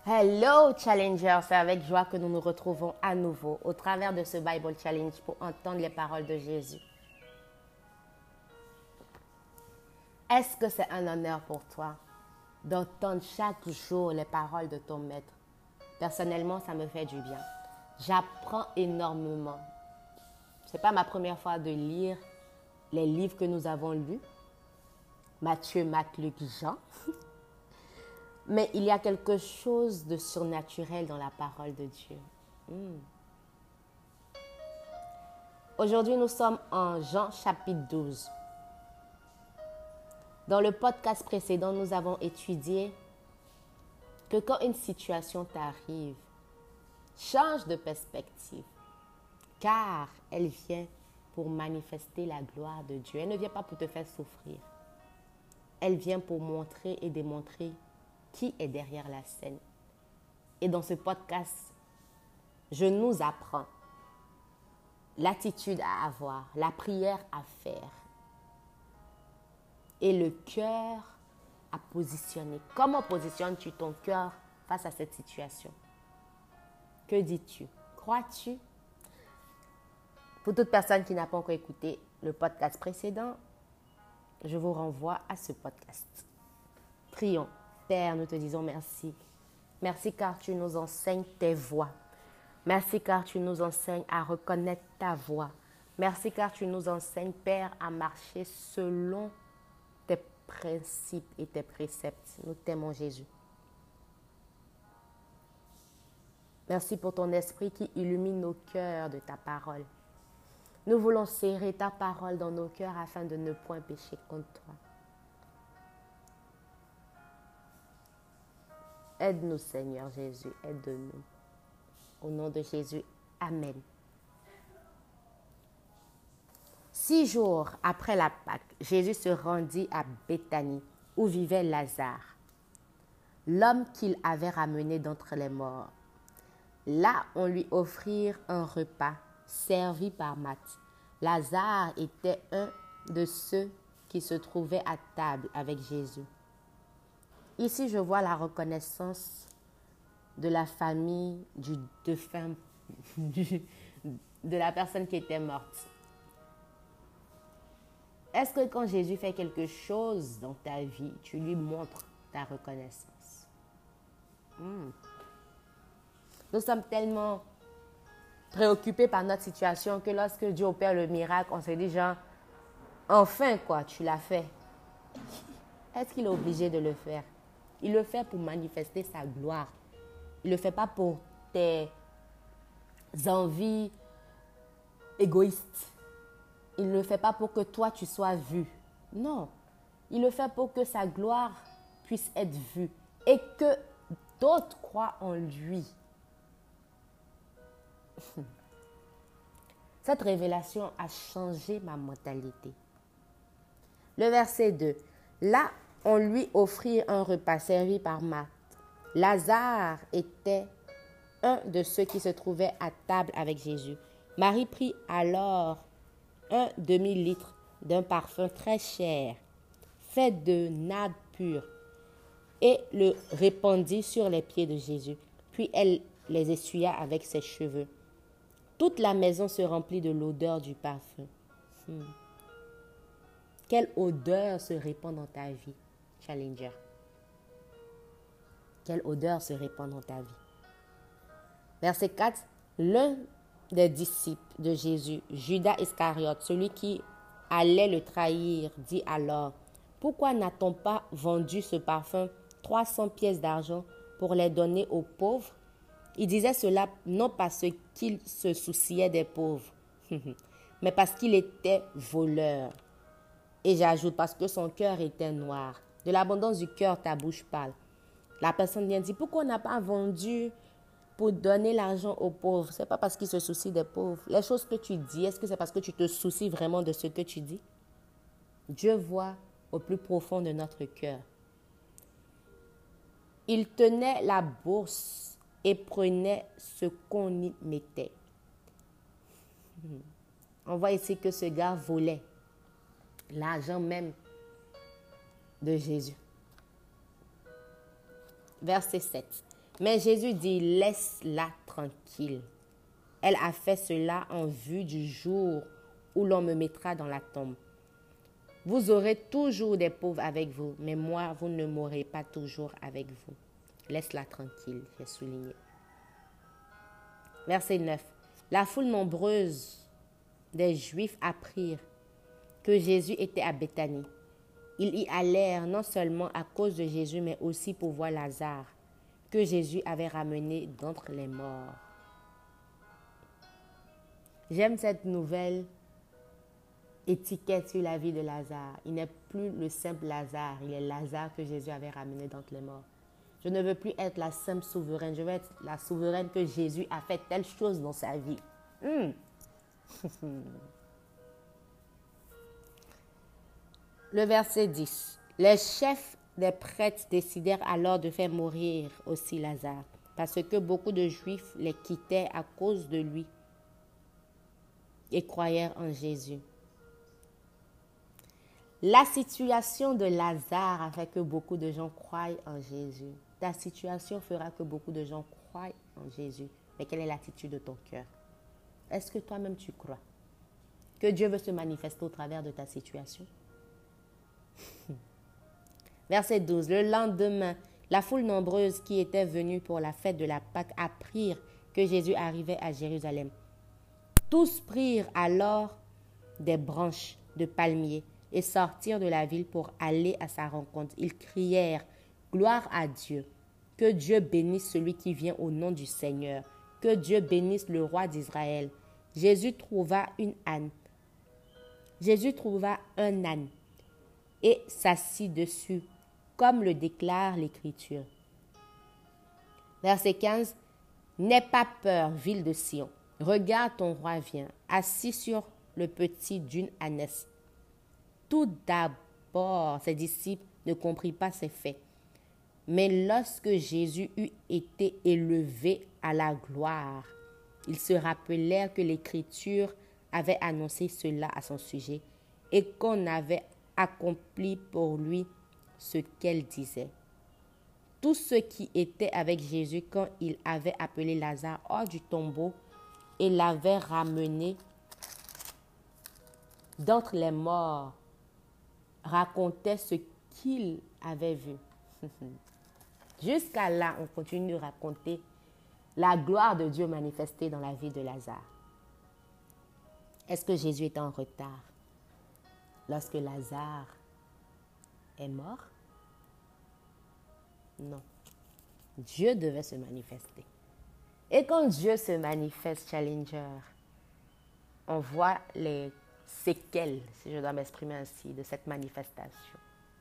Hello Challengers, c'est avec joie que nous nous retrouvons à nouveau au travers de ce Bible Challenge pour entendre les paroles de Jésus. Est-ce que c'est un honneur pour toi d'entendre chaque jour les paroles de ton maître? Personnellement, ça me fait du bien. J'apprends énormément. Ce n'est pas ma première fois de lire les livres que nous avons lus. Matthieu, Marc, Luc, Jean. Mais il y a quelque chose de surnaturel dans la parole de Dieu. Aujourd'hui, nous sommes en Jean chapitre 12. Dans le podcast précédent, nous avons étudié que quand une situation t'arrive, change de perspective, car elle vient pour manifester la gloire de Dieu. Elle ne vient pas pour te faire souffrir. Elle vient pour montrer et démontrer qui est derrière la scène. Et dans ce podcast, je nous apprends l'attitude à avoir, la prière à faire et le cœur à positionner. Comment positionnes-tu ton cœur face à cette situation? Que dis-tu? Crois-tu? Pour toute personne qui n'a pas encore écouté le podcast précédent, je vous renvoie à ce podcast. Prions. Père, nous te disons merci. Merci car tu nous enseignes tes voies. Merci car tu nous enseignes à reconnaître ta voix. Merci car tu nous enseignes, Père, à marcher selon tes principes et tes préceptes. Nous t'aimons, Jésus. Merci pour ton esprit qui illumine nos cœurs de ta parole. Nous voulons serrer ta parole dans nos cœurs afin de ne point pécher contre toi. Aide-nous, Seigneur Jésus, aide-nous. Au nom de Jésus, Amen. 6 jours après la Pâque, Jésus se rendit à Béthanie, où vivait Lazare, l'homme qu'il avait ramené d'entre les morts. Là, on lui offrit un repas servi par Marthe. Lazare était un de ceux qui se trouvaient à table avec Jésus. Ici, je vois la reconnaissance de la famille du défunt, de la personne qui était morte. Est-ce que quand Jésus fait quelque chose dans ta vie, tu lui montres ta reconnaissance? Nous sommes tellement préoccupés par notre situation que lorsque Dieu opère le miracle, on se dit genre, enfin quoi, tu l'as fait. Est-ce qu'il est obligé de le faire? Il le fait pour manifester sa gloire. Il ne le fait pas pour tes envies égoïstes. Il ne le fait pas pour que toi, tu sois vu. Non. Il le fait pour que sa gloire puisse être vue et que d'autres croient en lui. Cette révélation a changé ma mentalité. Le verset 2. Là, on lui offrit un repas servi par Marthe. Lazare était un de ceux qui se trouvaient à table avec Jésus. Marie prit alors un demi-litre d'un parfum très cher, fait de nard pur, et le répandit sur les pieds de Jésus. Puis elle les essuya avec ses cheveux. Toute la maison se remplit de l'odeur du parfum. Quelle odeur se répand dans ta vie, Challenger? Quelle odeur se répand dans ta vie? Verset 4. L'un des disciples de Jésus, Judas Iscariote, celui qui allait le trahir, dit alors, « Pourquoi n'a-t-on pas vendu ce parfum 300 pièces d'argent pour les donner aux pauvres ?» Il disait cela non parce qu'il se souciait des pauvres, mais parce qu'il était voleur. Et j'ajoute, parce que son cœur était noir. De l'abondance du cœur, ta bouche parle. La personne vient dire, pourquoi on n'a pas vendu pour donner l'argent aux pauvres? Ce n'est pas parce qu'il se soucie des pauvres. Les choses que tu dis, est-ce que c'est parce que tu te soucies vraiment de ce que tu dis? Dieu voit au plus profond de notre cœur. Il tenait la bourse et prenait ce qu'on y mettait. On voit ici que ce gars volait l'argent même de Jésus. Verset 7. Mais Jésus dit, laisse-la tranquille. Elle a fait cela en vue du jour où l'on me mettra dans la tombe. Vous aurez toujours des pauvres avec vous, mais moi, vous ne m'aurez pas toujours avec vous. Laisse-la tranquille, j'ai souligné. Verset 9. La foule nombreuse des Juifs apprirent que Jésus était à Béthanie. Ils y allèrent non seulement à cause de Jésus, mais aussi pour voir Lazare, que Jésus avait ramené d'entre les morts. J'aime cette nouvelle étiquette sur la vie de Lazare. Il n'est plus le simple Lazare, il est Lazare que Jésus avait ramené d'entre les morts. Je ne veux plus être la simple souveraine, je veux être la souveraine que Jésus a fait telle chose dans sa vie. Le verset 10. Les chefs des prêtres décidèrent alors de faire mourir aussi Lazare, parce que beaucoup de Juifs les quittaient à cause de lui et croyèrent en Jésus. La situation de Lazare a fait que beaucoup de gens croient en Jésus. Ta situation fera que beaucoup de gens croient en Jésus. Mais quelle est l'attitude de ton cœur? Est-ce que toi-même tu crois que Dieu veut se manifester au travers de ta situation? Verset 12. Le lendemain, la foule nombreuse qui était venue pour la fête de la Pâque apprirent que Jésus arrivait à Jérusalem. Tous prirent alors des branches de palmier et sortirent de la ville pour aller à sa rencontre. Ils crièrent, « Gloire à Dieu! Que Dieu bénisse celui qui vient au nom du Seigneur! Que Dieu bénisse le roi d'Israël! » Jésus trouva un âne et s'assit dessus, comme le déclare l'Écriture. Verset 15. « N'aie pas peur, ville de Sion. Regarde, ton roi vient, assis sur le petit d'une ânesse. » Tout d'abord, ses disciples ne comprirent pas ces faits. Mais lorsque Jésus eut été élevé à la gloire, ils se rappelèrent que l'Écriture avait annoncé cela à son sujet et qu'on avait accompli pour lui ce qu'elle disait. Tous ceux qui étaient avec Jésus quand il avait appelé Lazare hors du tombeau et l'avait ramené d'entre les morts racontaient ce qu'ils avaient vu. Jusqu'à là, on continue de raconter la gloire de Dieu manifestée dans la vie de Lazare. Est-ce que Jésus était en retard lorsque Lazare est mort? Non. Dieu devait se manifester. Et quand Dieu se manifeste, Challenger, on voit les séquelles, si je dois m'exprimer ainsi, de cette manifestation.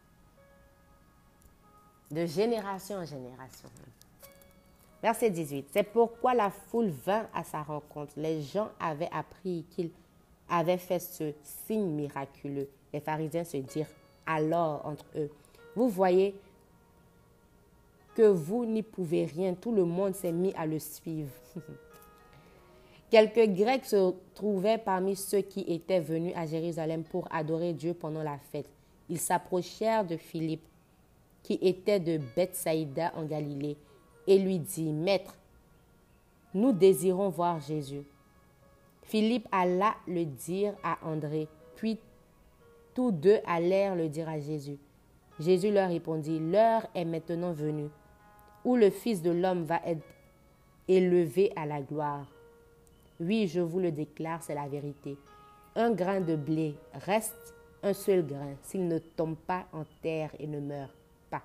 De génération en génération. Verset 18. C'est pourquoi la foule vint à sa rencontre. Les gens avaient appris qu'il avait fait ce signe miraculeux. Les pharisiens se dirent alors entre eux, vous voyez que vous n'y pouvez rien. Tout le monde s'est mis à le suivre. Quelques Grecs se trouvaient parmi ceux qui étaient venus à Jérusalem pour adorer Dieu pendant la fête. Ils s'approchèrent de Philippe, qui était de Bethsaïda en Galilée, et lui dit, « Maître, nous désirons voir Jésus. » Philippe alla le dire à André, puis tous deux allèrent le dire à Jésus. Jésus leur répondit, « L'heure est maintenant venue, où le Fils de l'homme va être élevé à la gloire. Oui, je vous le déclare, c'est la vérité. Un grain de blé reste un seul grain s'il ne tombe pas en terre et ne meurt pas.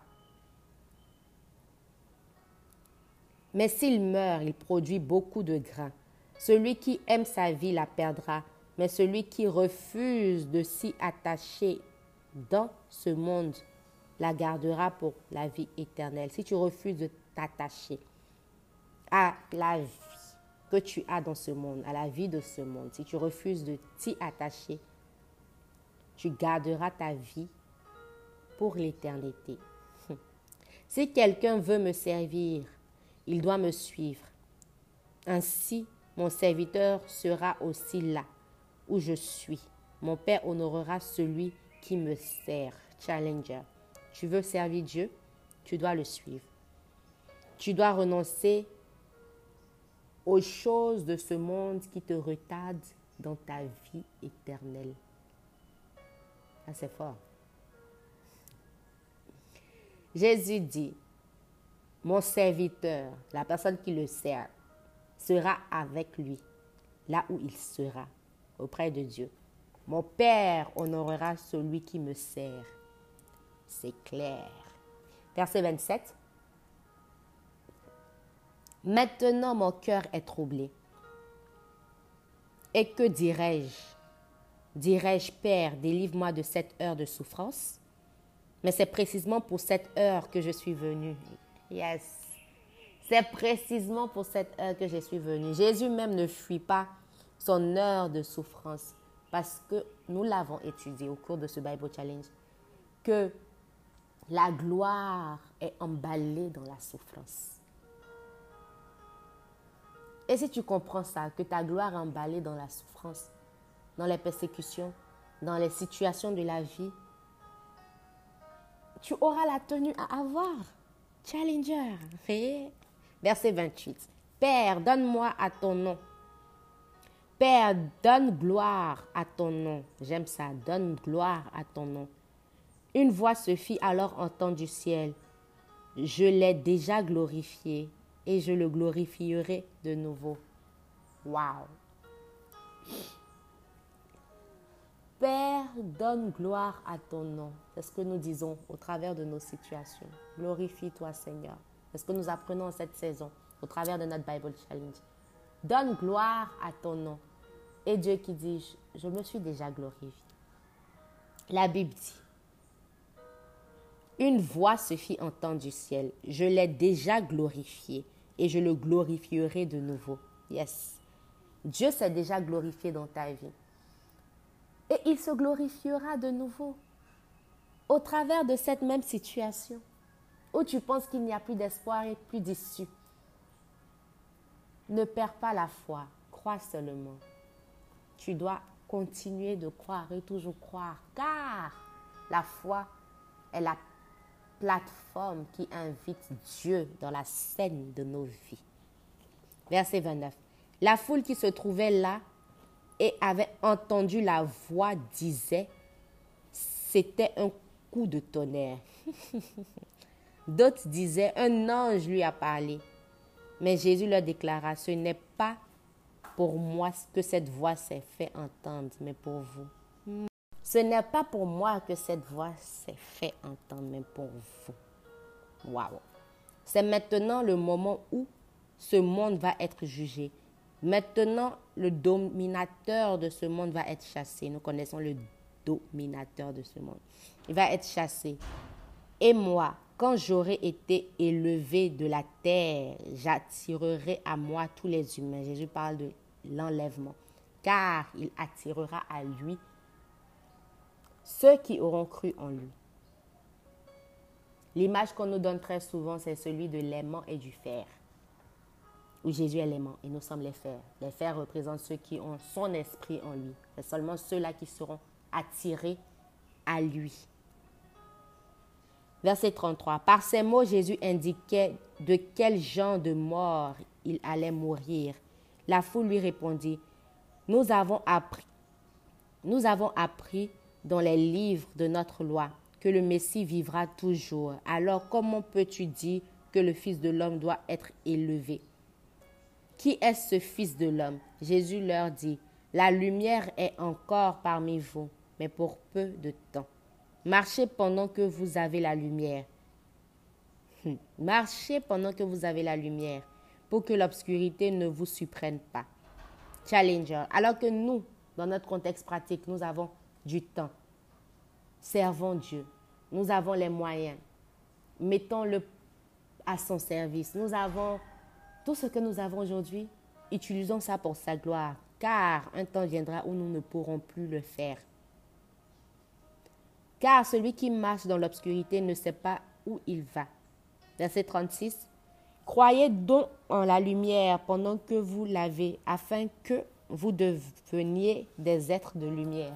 Mais s'il meurt, il produit beaucoup de grains. Celui qui aime sa vie la perdra, mais celui qui refuse de s'y attacher dans ce monde la gardera pour la vie éternelle. Si tu refuses de t'attacher à la vie que tu as dans ce monde, à la vie de ce monde, si tu refuses de t'y attacher, tu garderas ta vie pour l'éternité. Si quelqu'un veut me servir, il doit me suivre. Ainsi, mon serviteur sera aussi là où je suis. Mon Père honorera celui qui me sert. Challenger. Tu veux servir Dieu, tu dois le suivre. Tu dois renoncer aux choses de ce monde qui te retardent dans ta vie éternelle. Ah, c'est fort. Jésus dit, mon serviteur, la personne qui le sert, sera avec lui, là où il sera, auprès de Dieu. Mon Père honorera celui qui me sert. C'est clair. Verset 27. Maintenant mon cœur est troublé. Et que dirais-je? Dirais-je, Père, délivre-moi de cette heure de souffrance? Mais c'est précisément pour cette heure que je suis venu. Yes. C'est précisément pour cette heure que je suis venu. Jésus même ne fuit pas son heure de souffrance parce que nous l'avons étudié au cours de ce Bible Challenge, que la gloire est emballée dans la souffrance. Et si tu comprends ça, que ta gloire est emballée dans la souffrance, dans les persécutions, dans les situations de la vie, tu auras la tenue à avoir. Challenger. Verset 28. Père, donne-moi à ton nom. Père, donne gloire à ton nom. J'aime ça. Donne gloire à ton nom. Une voix se fit alors entendre du ciel. Je l'ai déjà glorifié et je le glorifierai de nouveau. Wow. Père, donne gloire à ton nom. C'est ce que nous disons au travers de nos situations. Glorifie-toi, Seigneur. C'est ce que nous apprenons en cette saison au travers de notre Bible Challenge. Donne gloire à ton nom. Et Dieu qui dit, je me suis déjà glorifié. La Bible dit, une voix se fit entendre du ciel. Je l'ai déjà glorifié et je le glorifierai de nouveau. Yes. Dieu s'est déjà glorifié dans ta vie. Et il se glorifiera de nouveau au travers de cette même situation où tu penses qu'il n'y a plus d'espoir et plus d'issue. Ne perds pas la foi, crois seulement. Tu dois continuer de croire et toujours croire, car la foi est la plateforme qui invite Dieu dans la scène de nos vies. Verset 29. La foule qui se trouvait là et avait entendu la voix disait, c'était un coup de tonnerre. D'autres disaient, un ange lui a parlé. Mais Jésus leur déclara, ce n'est pas pour moi que cette voix s'est fait entendre, mais pour vous. Ce n'est pas pour moi que cette voix s'est fait entendre, mais pour vous. Waouh! C'est maintenant le moment où ce monde va être jugé. Maintenant, le dominateur de ce monde va être chassé. Nous connaissons le dominateur de ce monde. Il va être chassé. Et moi, quand j'aurai été élevé de la terre, j'attirerai à moi tous les humains. Jésus parle de l'enlèvement. Car il attirera à lui ceux qui auront cru en lui. L'image qu'on nous donne très souvent, c'est celui de l'aimant et du fer. Où Jésus est l'aimant et nous sommes les fers. Les fers représentent ceux qui ont son esprit en lui. C'est seulement ceux-là qui seront attirés à lui. Verset 33. Par ces mots, Jésus indiquait de quel genre de mort il allait mourir. La foule lui répondit, nous avons appris dans les livres de notre loi que le Messie vivra toujours. Alors comment peux-tu dire que le Fils de l'homme doit être élevé? Qui est ce Fils de l'homme? Jésus leur dit, la lumière est encore parmi vous, mais pour peu de temps. Marchez pendant que vous avez la lumière. Marchez pendant que vous avez la lumière, pour que l'obscurité ne vous surprenne pas. Challenger. Alors que nous, dans notre contexte pratique, nous avons du temps. Servons Dieu. Nous avons les moyens. Mettons-le à son service. Nous avons tout ce que nous avons aujourd'hui. Utilisons ça pour sa gloire. Car un temps viendra où nous ne pourrons plus le faire. Car celui qui marche dans l'obscurité ne sait pas où il va. Verset 36. Croyez donc en la lumière pendant que vous l'avez, afin que vous deveniez des êtres de lumière.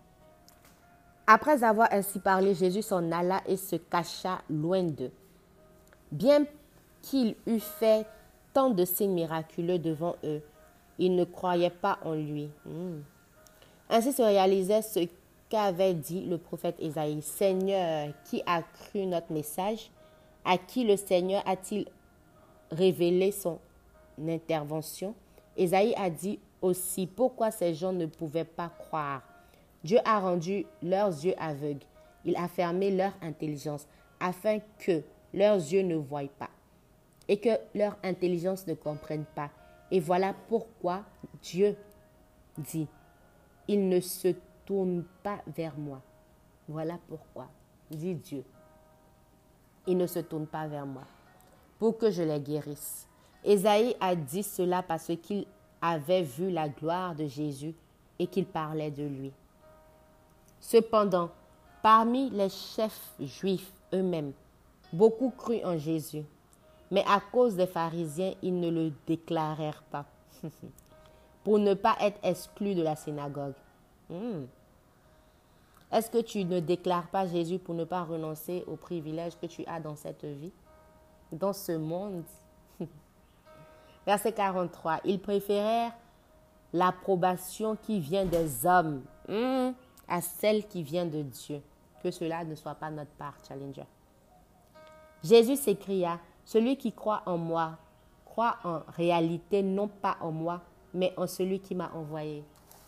Après avoir ainsi parlé, Jésus s'en alla et se cacha loin d'eux. Bien qu'il eût fait tant de signes miraculeux devant eux, ils ne croyaient pas en lui. Ainsi se réalisait ce qu'avait dit le prophète Ésaïe. Seigneur, qui a cru notre message? À qui le Seigneur a-t-il révélé son intervention? Ésaïe a dit aussi, pourquoi ces gens ne pouvaient pas croire? Dieu a rendu leurs yeux aveugles. Il a fermé leur intelligence afin que leurs yeux ne voient pas et que leur intelligence ne comprenne pas. Et voilà pourquoi Dieu dit, ils ne se tournent pas vers moi. Voilà pourquoi, dit Dieu, ils ne se tournent pas vers moi pour que je les guérisse. Ésaïe a dit cela parce qu'il avait vu la gloire de Jésus et qu'il parlait de lui. Cependant, parmi les chefs juifs eux-mêmes, beaucoup crurent en Jésus. Mais à cause des pharisiens, ils ne le déclarèrent pas pour ne pas être exclus de la synagogue. Est-ce que tu ne déclares pas Jésus pour ne pas renoncer aux privilèges que tu as dans cette vie, dans ce monde? Verset 43. Ils préférèrent l'approbation qui vient des hommes à celle qui vient de Dieu. Que cela ne soit pas notre part, Challenger. Jésus s'écria, celui qui croit en moi, croit en réalité non pas en moi, mais en celui qui m'a envoyé.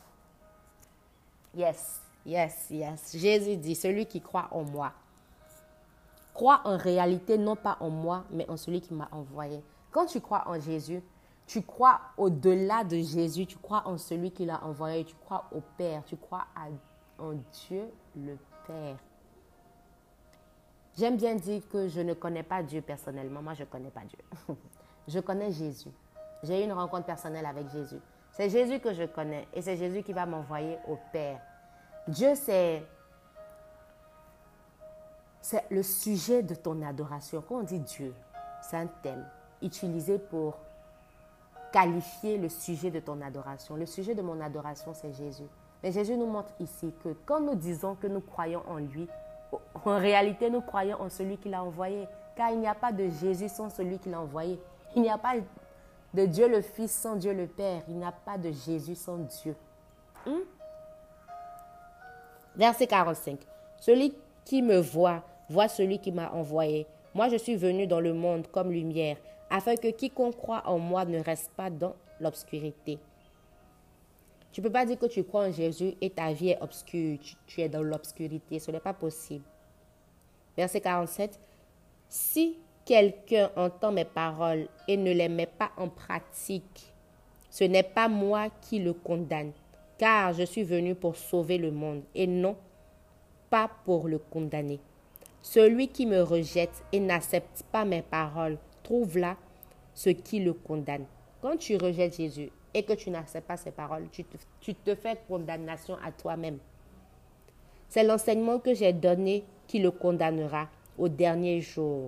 Yes. Jésus dit, celui qui croit en moi, croit en réalité non pas en moi, mais en celui qui m'a envoyé. Quand tu crois en Jésus, tu crois au-delà de Jésus, tu crois en celui qui l'a envoyé, tu crois au Père, tu crois en Dieu le Père. J'aime bien dire que je ne connais pas Dieu personnellement. Moi, je ne connais pas Dieu. Je connais Jésus. J'ai eu une rencontre personnelle avec Jésus. C'est Jésus que je connais et c'est Jésus qui va m'envoyer au Père. Dieu, c'est le sujet de ton adoration. Quand on dit Dieu, c'est un thème utilisé pour qualifier le sujet de ton adoration. Le sujet de mon adoration, c'est Jésus. Mais Jésus nous montre ici que quand nous disons que nous croyons en lui, en réalité, nous croyons en celui qui l'a envoyé. Car il n'y a pas de Jésus sans celui qui l'a envoyé. Il n'y a pas de Dieu le Fils sans Dieu le Père. Il n'y a pas de Jésus sans Dieu. Verset 45. Celui qui me voit, voit celui qui m'a envoyé. Moi, je suis venu dans le monde comme lumière, afin que quiconque croit en moi ne reste pas dans l'obscurité. Tu ne peux pas dire que tu crois en Jésus et ta vie est obscure. Tu es dans l'obscurité. Ce n'est pas possible. Verset 47. Si quelqu'un entend mes paroles et ne les met pas en pratique, ce n'est pas moi qui le condamne, car je suis venu pour sauver le monde et non pas pour le condamner. Celui qui me rejette et n'accepte pas mes paroles trouve là ce qui le condamne. Quand tu rejettes Jésus et que tu n'acceptes pas ses paroles, tu te fais condamnation à toi-même. C'est l'enseignement que j'ai donné qui le condamnera au dernier jour.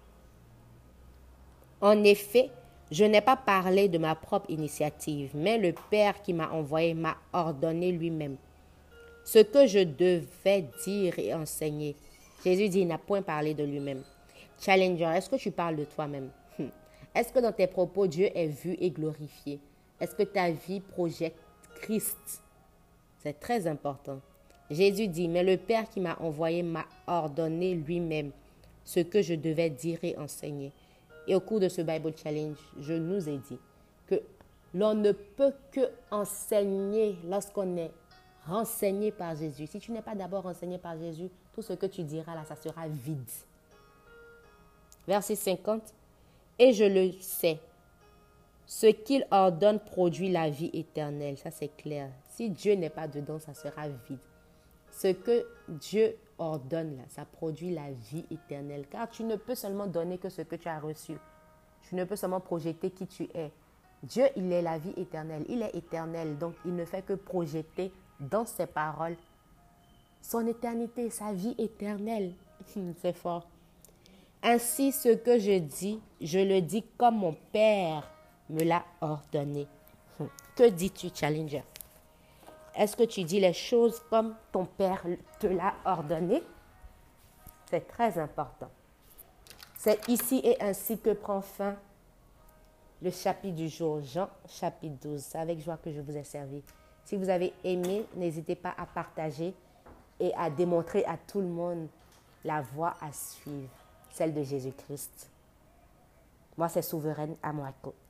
En effet, je n'ai pas parlé de ma propre initiative, mais le Père qui m'a envoyé m'a ordonné lui-même ce que je devais dire et enseigner. Jésus dit, il n'a point parlé de lui-même. Challenger, est-ce que tu parles de toi-même? Est-ce que dans tes propos, Dieu est vu et glorifié? Est-ce que ta vie projette Christ? C'est très important. Jésus dit, mais le Père qui m'a envoyé m'a ordonné lui-même ce que je devais dire et enseigner. Et au cours de ce Bible Challenge, je nous ai dit que l'on ne peut que enseigner lorsqu'on est renseigné par Jésus. Si tu n'es pas d'abord renseigné par Jésus, tout ce que tu diras là, ça sera vide. Verset 50. Et je le sais, ce qu'il ordonne produit la vie éternelle. Ça, c'est clair. Si Dieu n'est pas dedans, ça sera vide. Ce que Dieu ordonne là, ça produit la vie éternelle. Car tu ne peux seulement donner que ce que tu as reçu. Tu ne peux seulement projeter qui tu es. Dieu, il est la vie éternelle. Il est éternel. Donc, il ne fait que projeter dans ses paroles son éternité, sa vie éternelle. C'est fort. Ainsi, ce que je dis, je le dis comme mon Père me l'a ordonné. Que dis-tu, Challenger? Est-ce que tu dis les choses comme ton Père te l'a ordonné? C'est très important. C'est ici et ainsi que prend fin le chapitre du jour, Jean, chapitre 12. C'est avec joie que je vous ai servi. Si vous avez aimé, n'hésitez pas à partager et à démontrer à tout le monde la voie à suivre, celle de Jésus-Christ. Moi, c'est Souveraine Amouako.